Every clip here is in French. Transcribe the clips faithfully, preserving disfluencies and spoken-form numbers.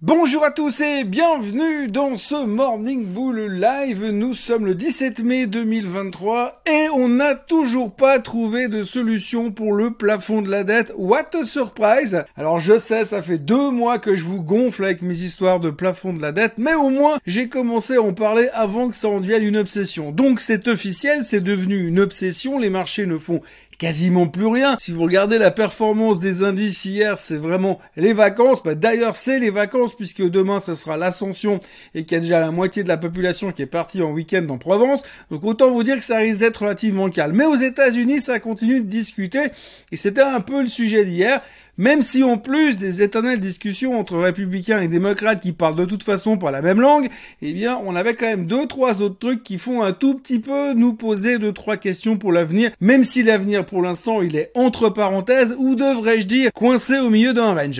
Bonjour à tous et bienvenue dans ce Morning Bull Live. Nous sommes le dix-sept mai deux mille vingt-trois et on n'a toujours pas trouvé de solution pour le plafond de la dette. What a surprise! Alors je sais, ça fait deux mois que je vous gonfle avec mes histoires de plafond de la dette, mais au moins j'ai commencé à en parler avant que ça en devienne une obsession. Donc c'est officiel, c'est devenu une obsession, les marchés ne font quasiment plus rien. Si vous regardez la performance des indices hier, c'est vraiment les vacances. Bah, d'ailleurs, c'est les vacances puisque demain, ça sera l'Ascension et qu'il y a déjà la moitié de la population qui est partie en week-end en Provence. Donc autant vous dire que ça risque d'être relativement calme. Mais aux États-Unis, ça continue de discuter et c'était un peu le sujet d'hier. Même si en plus des éternelles discussions entre républicains et démocrates qui parlent de toute façon pas la même langue, eh bien on avait quand même deux, trois autres trucs qui font un tout petit peu nous poser deux, trois questions pour l'avenir, même si l'avenir pour l'instant il est entre parenthèses, ou devrais-je dire coincé au milieu d'un range.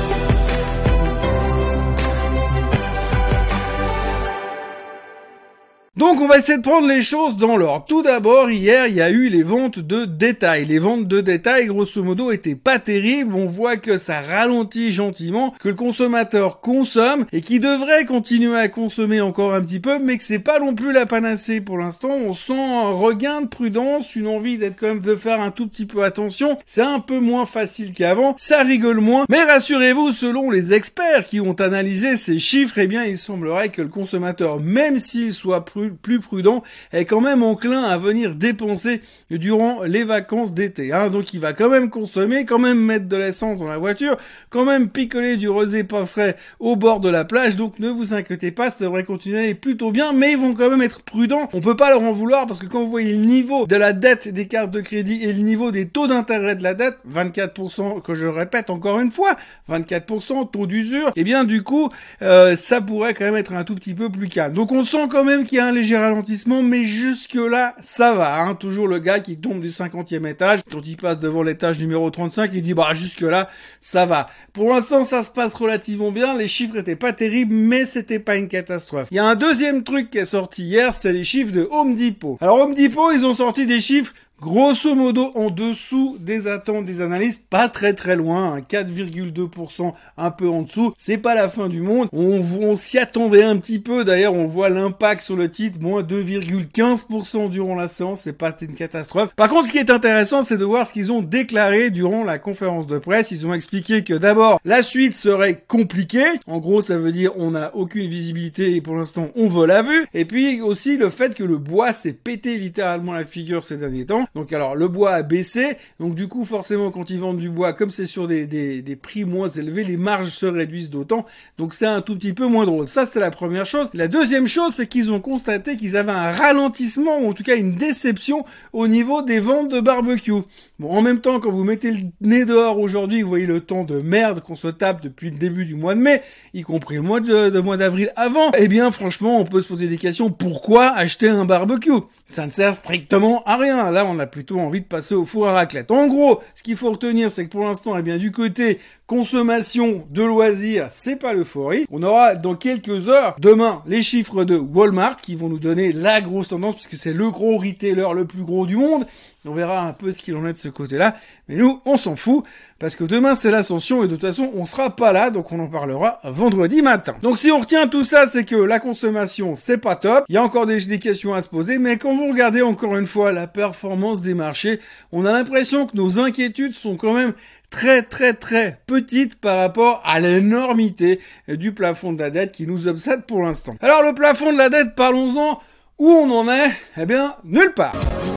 Donc on va essayer de prendre les choses dans l'ordre. Tout d'abord, hier, il y a eu les ventes de détail. Les ventes de détail, grosso modo, étaient pas terribles. On voit que ça ralentit gentiment, que le consommateur consomme et qui devrait continuer à consommer encore un petit peu, mais que c'est pas non plus la panacée pour l'instant. On sent un regain de prudence, une envie d'être quand même de faire un tout petit peu attention. C'est un peu moins facile qu'avant, ça rigole moins. Mais rassurez-vous, selon les experts qui ont analysé ces chiffres, eh bien, il semblerait que le consommateur, même s'il soit plus plus prudent, est quand même enclin à venir dépenser durant les vacances d'été. Hein. Donc il va quand même consommer, quand même mettre de l'essence dans la voiture, quand même picoler du rosé pas frais au bord de la plage. Donc ne vous inquiétez pas, ça devrait continuer plutôt bien, mais ils vont quand même être prudents. On peut pas leur en vouloir parce que quand vous voyez le niveau de la dette des cartes de crédit et le niveau des taux d'intérêt de la dette, vingt-quatre pour cent, que je répète encore une fois, vingt-quatre pour cent taux d'usure, et eh bien du coup, euh, ça pourrait quand même être un tout petit peu plus calme. Donc on sent quand même qu'il y a un léger ralentissement, mais jusque-là, ça va. Hein. Toujours le gars qui tombe du cinquantième étage, quand il passe devant l'étage numéro trente-cinq, il dit, bah jusque-là, ça va. Pour l'instant, ça se passe relativement bien. Les chiffres étaient pas terribles, mais c'était pas une catastrophe. Il y a un deuxième truc qui est sorti hier, c'est les chiffres de Home Depot. Alors Home Depot, ils ont sorti des chiffres grosso modo en dessous des attentes des analystes, pas très très loin, hein, quatre virgule deux pour cent un peu en dessous, c'est pas la fin du monde, on, on s'y attendait un petit peu, d'ailleurs on voit l'impact sur le titre, moins deux virgule quinze pour cent durant la séance, c'est pas une catastrophe. Par contre ce qui est intéressant c'est de voir ce qu'ils ont déclaré durant la conférence de presse. Ils ont expliqué que d'abord la suite serait compliquée, en gros ça veut dire on n'a aucune visibilité et pour l'instant on vole à vue, et puis aussi le fait que le bois s'est pété littéralement la figure ces derniers temps. Donc alors le bois a baissé, donc du coup forcément quand ils vendent du bois, comme c'est sur des, des, des prix moins élevés, les marges se réduisent d'autant, donc c'est un tout petit peu moins drôle. Ça c'est la première chose. La deuxième chose c'est qu'ils ont constaté qu'ils avaient un ralentissement, ou en tout cas une déception au niveau des ventes de barbecue. Bon, en même temps quand vous mettez le nez dehors aujourd'hui, vous voyez le temps de merde qu'on se tape depuis le début du mois de mai, y compris le mois de, de mois d'avril avant, eh bien franchement on peut se poser des questions. Pourquoi acheter un barbecue? Ça ne sert strictement à rien. Là, on a plutôt envie de passer au four à raclette. En gros, ce qu'il faut retenir, c'est que pour l'instant, eh bien, du côté consommation de loisirs, c'est pas l'euphorie. On aura dans quelques heures, demain, les chiffres de Walmart qui vont nous donner la grosse tendance puisque c'est le gros retailer le plus gros du monde. On verra un peu ce qu'il en est de ce côté-là. Mais nous, on s'en fout parce que demain, c'est l'Ascension et de toute façon, on sera pas là. Donc, on en parlera vendredi matin. Donc, si on retient tout ça, c'est que la consommation, c'est pas top. Il y a encore des, des questions à se poser. Mais quand vous regardez encore une fois la performance des marchés, on a l'impression que nos inquiétudes sont quand même très très très petites par rapport à l'énormité du plafond de la dette qui nous obsède pour l'instant. Alors, le plafond de la dette, parlons-en. Où on en est? Eh bien, nulle part.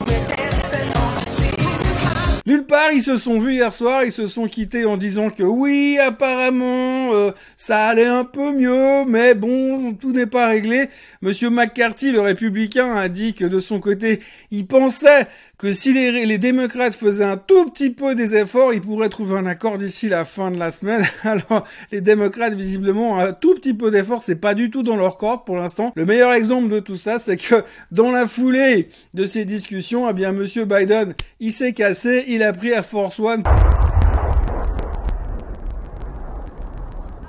Nulle part, ils se sont vus hier soir, ils se sont quittés en disant que oui, apparemment, euh, ça allait un peu mieux, mais bon, tout n'est pas réglé. Monsieur McCarthy, le républicain, a dit que de son côté, il pensait que si les, les démocrates faisaient un tout petit peu des efforts, ils pourraient trouver un accord d'ici la fin de la semaine. Alors, les démocrates, visiblement, un tout petit peu d'efforts, c'est pas du tout dans leur corde pour l'instant. Le meilleur exemple de tout ça, c'est que dans la foulée de ces discussions, eh bien, Monsieur Biden, il s'est cassé, il a pris Air Force One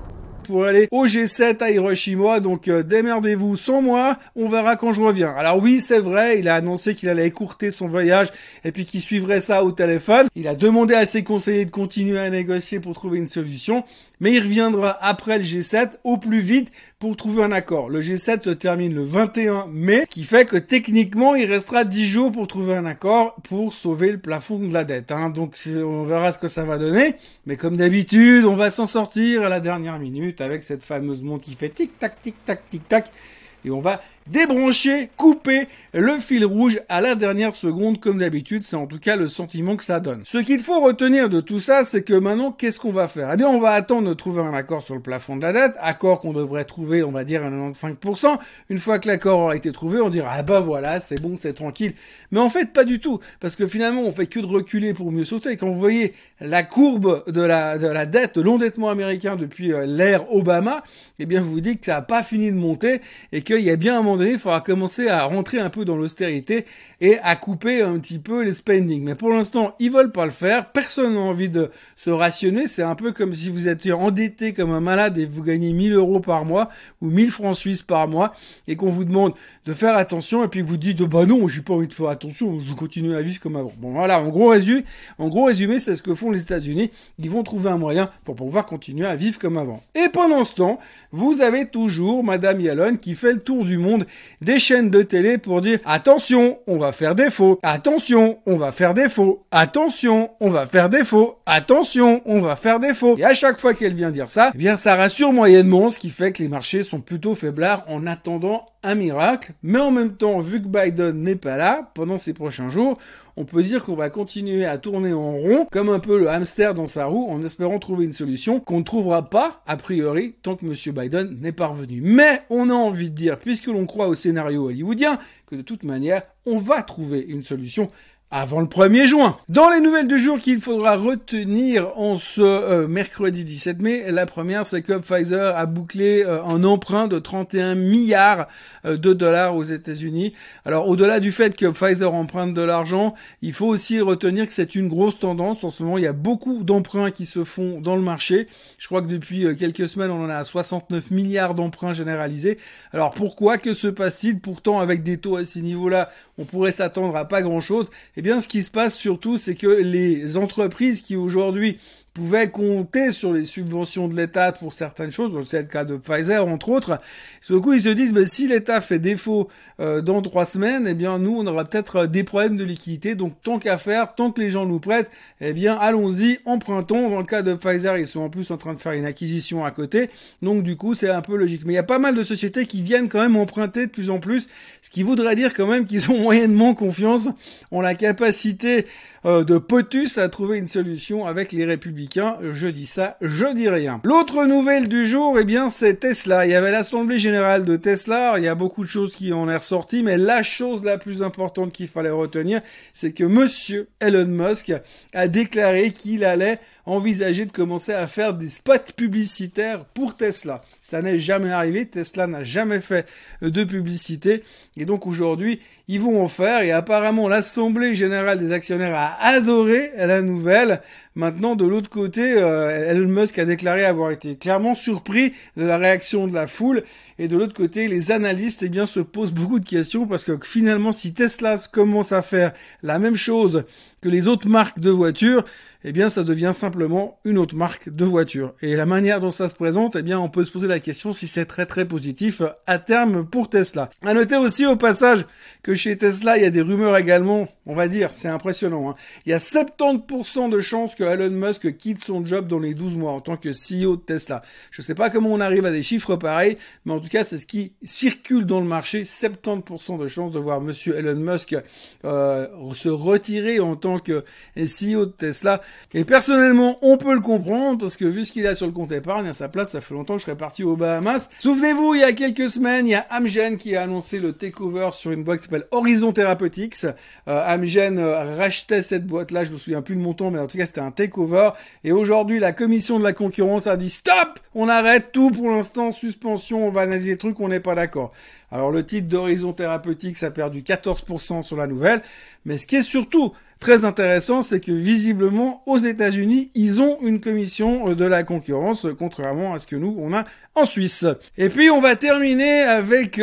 pour aller au G sept à Hiroshima, donc euh, démerdez-vous sans moi, on verra quand je reviens. Alors oui, c'est vrai, il a annoncé qu'il allait écourter son voyage et puis qu'il suivrait ça au téléphone. Il a demandé à ses conseillers de continuer à négocier pour trouver une solution, mais il reviendra après le G sept au plus vite pour trouver un accord. Le G sept se termine le vingt et un mai, ce qui fait que techniquement, il restera dix jours pour trouver un accord pour sauver le plafond de la dette. Hein. Donc on verra ce que ça va donner, mais comme d'habitude, on va s'en sortir à la dernière minute avec cette fameuse montre qui fait tic-tac, tic-tac, tic-tac, et on va débrancher, couper le fil rouge à la dernière seconde, comme d'habitude. C'est en tout cas le sentiment que ça donne. Ce qu'il faut retenir de tout ça, c'est que maintenant, qu'est-ce qu'on va faire? Eh bien, on va attendre de trouver un accord sur le plafond de la dette, accord qu'on devrait trouver, on va dire, à quatre-vingt-quinze pour cent. Une fois que l'accord aura été trouvé, on dira, ah bah voilà, c'est bon, c'est tranquille. Mais en fait, pas du tout, parce que finalement, on fait que de reculer pour mieux sauter. Quand vous voyez la courbe de la, de la dette, de l'endettement américain depuis euh, l'ère Obama, eh bien, vous vous dites que ça n'a pas fini de monter et qu'il y a bien un moment donné, il faudra commencer à rentrer un peu dans l'austérité et à couper un petit peu les spending. Mais pour l'instant, ils veulent pas le faire. Personne n'a envie de se rationner. C'est un peu comme si vous étiez endetté comme un malade et vous gagnez mille euros par mois ou mille francs suisses par mois et qu'on vous demande de faire attention et puis vous dites, bah non, j'ai pas envie de faire attention, je continue à vivre comme avant. Bon, voilà, en gros résumé, en gros résumé, c'est ce que font les États-Unis. Ils vont trouver un moyen pour pouvoir continuer à vivre comme avant. Et pendant ce temps, vous avez toujours Madame Yellen qui fait le tour du monde des chaînes de télé pour dire attention, on va faire des faux. Attention, on va faire des faux. Attention, on va faire des faux. Attention, on va faire des faux. Et à chaque fois qu'elle vient dire ça, eh bien ça rassure moyennement, ce qui fait que les marchés sont plutôt faiblards en attendant un miracle. Mais en même temps, vu que Biden n'est pas là pendant ces prochains jours, on peut dire qu'on va continuer à tourner en rond, comme un peu le hamster dans sa roue, en espérant trouver une solution qu'on ne trouvera pas, a priori, tant que M. Biden n'est pas revenu. Mais on a envie de dire, puisque l'on croit au scénario hollywoodien, que de toute manière, on va trouver une solution avant le premier juin. Dans les nouvelles du jour qu'il faudra retenir en ce euh, mercredi dix-sept mai, la première, c'est que Pfizer a bouclé euh, un emprunt de trente et un milliards euh, de dollars aux États-Unis. Alors, au-delà du fait que Pfizer emprunte de l'argent, il faut aussi retenir que c'est une grosse tendance. En ce moment, il y a beaucoup d'emprunts qui se font dans le marché. Je crois que depuis euh, quelques semaines, on en a soixante-neuf milliards d'emprunts généralisés. Alors, pourquoi? Que se passe-t-il? Pourtant, avec des taux à ces niveaux-là, on pourrait s'attendre à pas grand-chose. Eh bien, ce qui se passe surtout, c'est que les entreprises qui aujourd'hui pouvaient compter sur les subventions de l'État pour certaines choses, c'est le cas de Pfizer entre autres, du coup ils se disent ben, si l'État fait défaut euh, dans trois semaines, eh bien nous on aura peut-être des problèmes de liquidité, donc tant qu'à faire, tant que les gens nous prêtent, eh bien allons-y, empruntons. Dans le cas de Pfizer, ils sont en plus en train de faire une acquisition à côté, donc du coup c'est un peu logique. Mais il y a pas mal de sociétés qui viennent quand même emprunter de plus en plus, ce qui voudrait dire quand même qu'ils ont moyennement confiance en la capacité euh, de POTUS à trouver une solution avec les républicains. Je dis ça, je dis rien. L'autre nouvelle du jour, eh bien, c'est Tesla. Il y avait l'assemblée générale de Tesla. Il y a beaucoup de choses qui en est ressorties, mais la chose la plus importante qu'il fallait retenir, c'est que monsieur Elon Musk a déclaré qu'il allait envisager de commencer à faire des spots publicitaires pour Tesla. Ça n'est jamais arrivé. Tesla n'a jamais fait de publicité. Et donc aujourd'hui, ils vont en faire. Et apparemment, l'Assemblée générale des actionnaires a adoré la nouvelle. Maintenant, de l'autre côté, euh, Elon Musk a déclaré avoir été clairement surpris de la réaction de la foule. Et de l'autre côté, les analystes, eh bien, se posent beaucoup de questions parce que finalement, si Tesla commence à faire la même chose que les autres marques de voitures, eh bien, ça devient simplement une autre marque de voiture. Et la manière dont ça se présente, eh bien, on peut se poser la question si c'est très très positif à terme pour Tesla. À noter aussi au passage que chez Tesla, il y a des rumeurs également, on va dire, c'est impressionnant, hein. Il y a soixante-dix pour cent de chances que Elon Musk quitte son job dans les douze mois en tant que C E O de Tesla. Je sais pas comment on arrive à des chiffres pareils, mais en tout cas, c'est ce qui circule dans le marché, soixante-dix pour cent de chances de voir monsieur Elon Musk euh, se retirer en tant que C E O de Tesla. Et personnellement, on peut le comprendre, parce que vu ce qu'il a sur le compte épargne, à sa place, ça fait longtemps que je serais parti aux Bahamas. Souvenez-vous, il y a quelques semaines, il y a Amgen qui a annoncé le takeover sur une boîte qui s'appelle Horizon Therapeutics. Euh, Amgen euh, rachetait cette boîte-là, je me souviens plus le montant, mais en tout cas, c'était un takeover. Et aujourd'hui, la commission de la concurrence a dit stop, on arrête tout pour l'instant, suspension, on va analyser les trucs, on n'est pas d'accord. Alors le titre d'Horizon Therapeutics a perdu quatorze pour cent sur la nouvelle, mais ce qui est surtout très intéressant, c'est que visiblement, aux États-Unis, ils ont une commission de la concurrence, contrairement à ce que nous, on a en Suisse. Et puis, on va terminer avec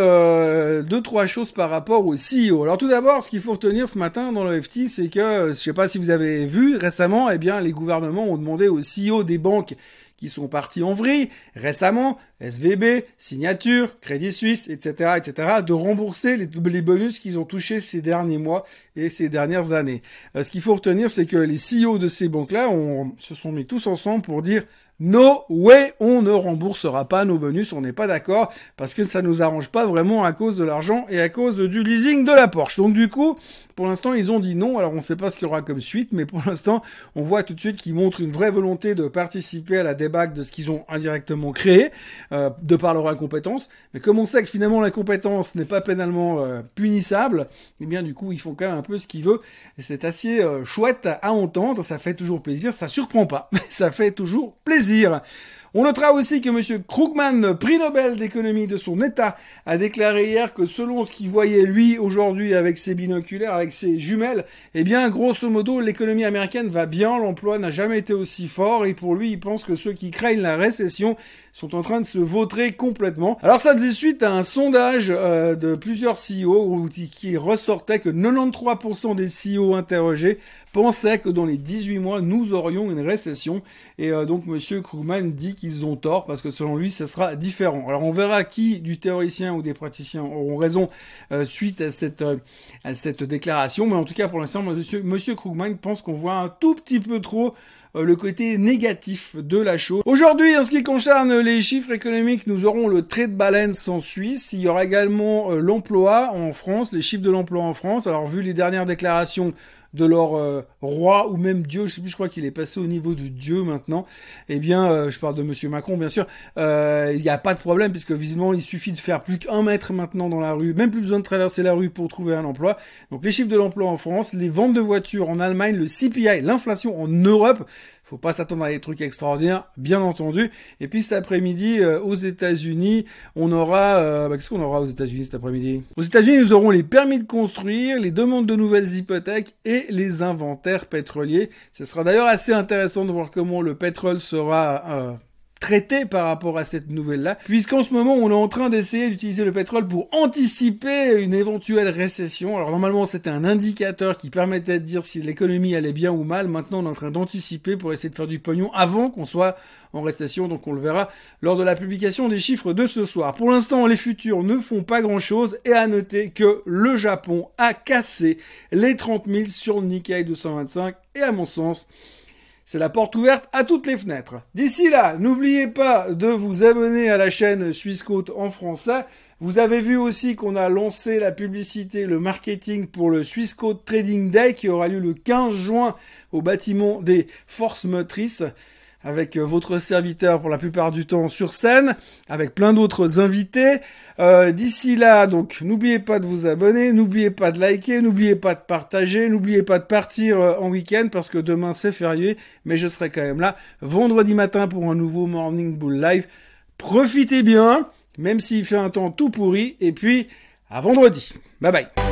euh, deux, trois choses par rapport au C E O. Alors tout d'abord, ce qu'il faut retenir ce matin dans le F T, c'est que, je sais pas si vous avez vu, récemment, eh bien, les gouvernements ont demandé aux C E O des banques qui sont partis en vrille récemment, S V B, Signature, Crédit Suisse, et cetera, et cetera, de rembourser les, les bonus qu'ils ont touchés ces derniers mois et ces dernières années. Euh, ce qu'il faut retenir, c'est que les C E O de ces banques-là ont, se sont mis tous ensemble pour dire no way, on ne remboursera pas nos bonus, on n'est pas d'accord, parce que ça nous arrange pas vraiment à cause de l'argent et à cause du leasing de la Porsche. Donc du coup, pour l'instant, ils ont dit non. Alors on sait pas ce qu'il y aura comme suite, mais pour l'instant, on voit tout de suite qu'ils montrent une vraie volonté de participer à la débâcle de ce qu'ils ont indirectement créé, euh, de par leur incompétence. Mais comme on sait que finalement l'incompétence n'est pas pénalement euh, punissable, eh bien du coup, ils font quand même un peu ce qu'ils veulent. Et c'est assez euh, chouette à entendre, ça fait toujours plaisir, ça surprend pas, mais ça fait toujours plaisir. On notera aussi que M. Krugman, prix Nobel d'économie de son État, a déclaré hier que selon ce qu'il voyait lui aujourd'hui avec ses binoculaires, avec ses jumelles, eh bien grosso modo l'économie américaine va bien, l'emploi n'a jamais été aussi fort et pour lui il pense que ceux qui craignent la récession sont en train de se vautrer complètement. Alors ça faisait suite à un sondage euh, de plusieurs C E O où, qui ressortait que quatre-vingt-treize pour cent des C E O interrogés pensaient que dans les dix-huit mois nous aurions une récession et euh, donc M. Krugman dit qu'ils ont tort parce que selon lui ça sera différent. Alors on verra qui du théoricien ou des praticiens auront raison euh, suite à cette euh, à cette déclaration, mais en tout cas pour l'instant monsieur monsieur Krugman pense qu'on voit un tout petit peu trop euh, le côté négatif de la chose. Aujourd'hui, en ce qui concerne les chiffres économiques, nous aurons le trade balance en Suisse, il y aura également euh, l'emploi en France, les chiffres de l'emploi en France. Alors vu les dernières déclarations de leur euh, roi ou même Dieu, je sais plus, je crois qu'il est passé au niveau de Dieu maintenant, eh bien, euh, je parle de Monsieur Macron, bien sûr, euh, il n'y a pas de problème, puisque visiblement, il suffit de faire plus qu'un mètre maintenant dans la rue, même plus besoin de traverser la rue pour trouver un emploi. Donc, les chiffres de l'emploi en France, les ventes de voitures en Allemagne, le C P I, l'inflation en Europe, faut pas s'attendre à des trucs extraordinaires, bien entendu. Et puis cet après-midi, euh, aux États-Unis, on aura... Euh, bah, qu'est-ce qu'on aura aux États-Unis cet après-midi? Aux États-Unis, nous aurons les permis de construire, les demandes de nouvelles hypothèques et les inventaires pétroliers. Ce sera d'ailleurs assez intéressant de voir comment le pétrole sera... Euh, traité par rapport à cette nouvelle-là, puisqu'en ce moment, on est en train d'essayer d'utiliser le pétrole pour anticiper une éventuelle récession. Alors normalement, c'était un indicateur qui permettait de dire si l'économie allait bien ou mal. Maintenant, on est en train d'anticiper pour essayer de faire du pognon avant qu'on soit en récession, donc on le verra lors de la publication des chiffres de ce soir. Pour l'instant, les futurs ne font pas grand-chose, et à noter que le Japon a cassé les trente mille sur le Nikkei deux cent vingt-cinq, et à mon sens, c'est la porte ouverte à toutes les fenêtres. D'ici là, n'oubliez pas de vous abonner à la chaîne Swissquote en français. Vous avez vu aussi qu'on a lancé la publicité, le marketing pour le Swissquote Trading Day qui aura lieu le quinze juin au bâtiment des Forces Motrices, avec votre serviteur pour la plupart du temps sur scène, avec plein d'autres invités. Euh, d'ici là, donc, n'oubliez pas de vous abonner, n'oubliez pas de liker, n'oubliez pas de partager, n'oubliez pas de partir en week-end parce que demain c'est férié, mais je serai quand même là vendredi matin pour un nouveau Morning Bull Live. Profitez bien, même s'il fait un temps tout pourri, et puis à vendredi. Bye bye.